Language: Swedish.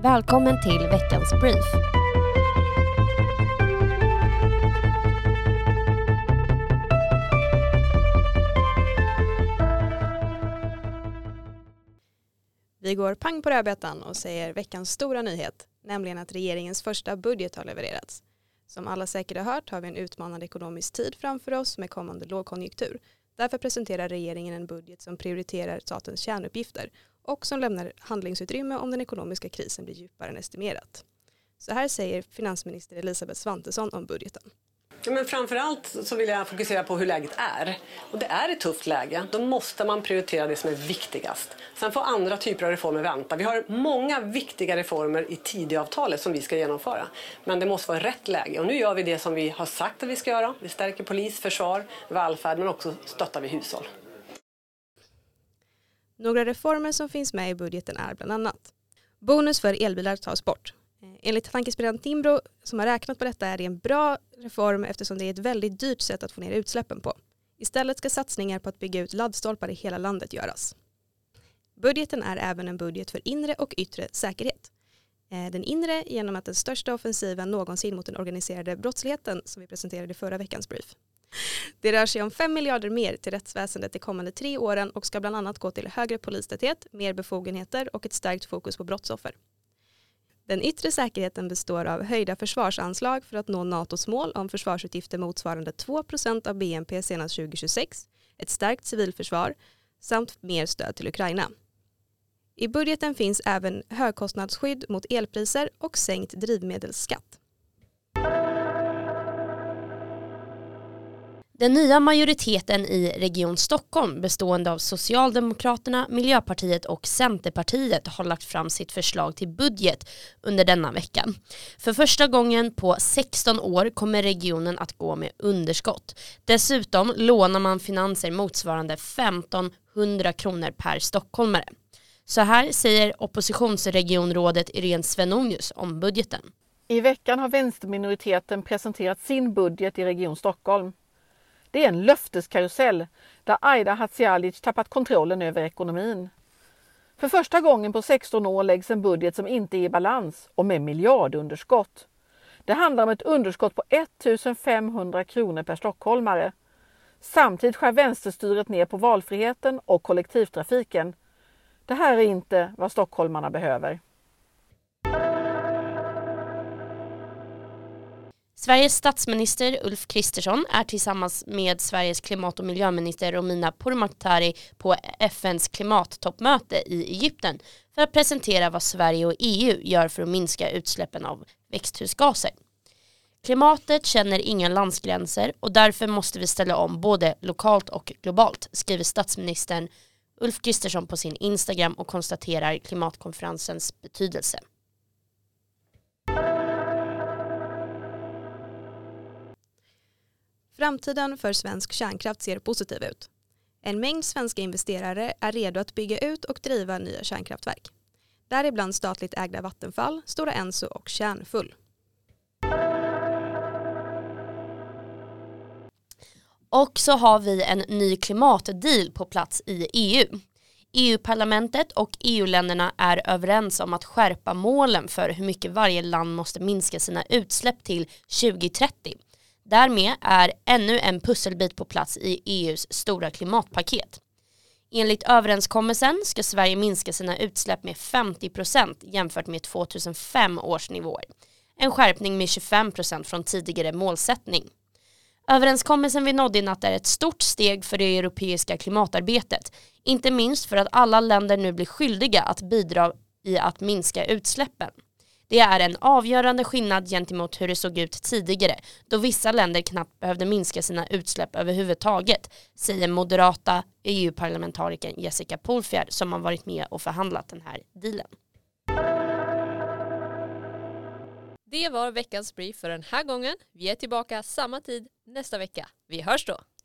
Välkommen till veckans brief. Vi går pang på rödbetan och säger veckans stora nyhet, nämligen att regeringens första budget har levererats. Som alla säkert har hört har vi en utmanande ekonomisk tid framför oss med kommande lågkonjunktur. Därför presenterar regeringen en budget som prioriterar statens kärnuppgifter och som lämnar handlingsutrymme om den ekonomiska krisen blir djupare än estimerat. Så här säger finansminister Elisabeth Svantesson om budgeten. Ja, men framförallt så vill jag fokusera på hur läget är. Och det är ett tufft läge. Då måste man prioritera det som är viktigast. Sen får andra typer av reformer vänta. Vi har många viktiga reformer i Tidöavtalet som vi ska genomföra. Men det måste vara rätt läge. Och nu gör vi det som vi har sagt att vi ska göra. Vi stärker polis, försvar, välfärd men också stöttar vi hushåll. Några reformer som finns med i budgeten är bland annat: bonus för elbilar tas bort. Enligt tankesmedjan Timbro som har räknat på detta är det en bra reform eftersom det är ett väldigt dyrt sätt att få ner utsläppen på. Istället ska satsningar på att bygga ut laddstolpar i hela landet göras. Budgeten är även en budget för inre och yttre säkerhet. Den inre genom att den största offensiven någonsin mot den organiserade brottsligheten som vi presenterade i förra veckans brief. Det rör sig om 5 miljarder mer till rättsväsendet de kommande 3 åren och ska bland annat gå till högre polistäthet, mer befogenheter och ett starkt fokus på brottsoffer. Den yttre säkerheten består av höjda försvarsanslag för att nå NATOs mål om försvarsutgifter motsvarande 2% av BNP senast 2026, ett starkt civilförsvar samt mer stöd till Ukraina. I budgeten finns även högkostnadsskydd mot elpriser och sänkt drivmedelsskatt. Den nya majoriteten i Region Stockholm bestående av Socialdemokraterna, Miljöpartiet och Centerpartiet har lagt fram sitt förslag till budget under denna vecka. För första gången på 16 år kommer regionen att gå med underskott. Dessutom lånar man finanser motsvarande 1500 kronor per stockholmare. Så här säger oppositionsregionrådet Irene Svenonius om budgeten. I veckan har vänsterminoriteten presenterat sin budget i Region Stockholm. Det är en löfteskarusell där Aida Hadzialic tappat kontrollen över ekonomin. För första gången på 16 år läggs en budget som inte är i balans och med miljardunderskott. Det handlar om ett underskott på 1500 kronor per stockholmare. Samtidigt skär vänsterstyret ner på valfriheten och kollektivtrafiken. Det här är inte vad stockholmarna behöver. Sveriges statsminister Ulf Kristersson är tillsammans med Sveriges klimat- och miljöminister Romina Pourmokhtari på FNs klimattoppmöte i Egypten för att presentera vad Sverige och EU gör för att minska utsläppen av växthusgaser. Klimatet känner inga landsgränser och därför måste vi ställa om både lokalt och globalt, skriver statsministern Ulf Kristersson på sin Instagram och konstaterar klimatkonferensens betydelse. Framtiden för svensk kärnkraft ser positiv ut. En mängd svenska investerare är redo att bygga ut och driva nya kärnkraftverk. Däribland statligt ägda Vattenfall, Stora Enso och Kärnfull. Och så har vi en ny klimatdeal på plats i EU. EU-parlamentet och EU-länderna är överens om att skärpa målen för hur mycket varje land måste minska sina utsläpp till 2030. Därmed är ännu en pusselbit på plats i EUs stora klimatpaket. Enligt överenskommelsen ska Sverige minska sina utsläpp med 50% jämfört med 2005 års nivåer. En skärpning med 25% från tidigare målsättning. Överenskommelsen vi nådde i natt är ett stort steg för det europeiska klimatarbetet. Inte minst för att alla länder nu blir skyldiga att bidra i att minska utsläppen. Det är en avgörande skillnad gentemot hur det såg ut tidigare, då vissa länder knappt behövde minska sina utsläpp överhuvudtaget, säger moderata EU-parlamentarikern Jessica Polfjärd som har varit med och förhandlat den här dealen. Det var veckans brief för den här gången. Vi är tillbaka samma tid nästa vecka. Vi hörs då!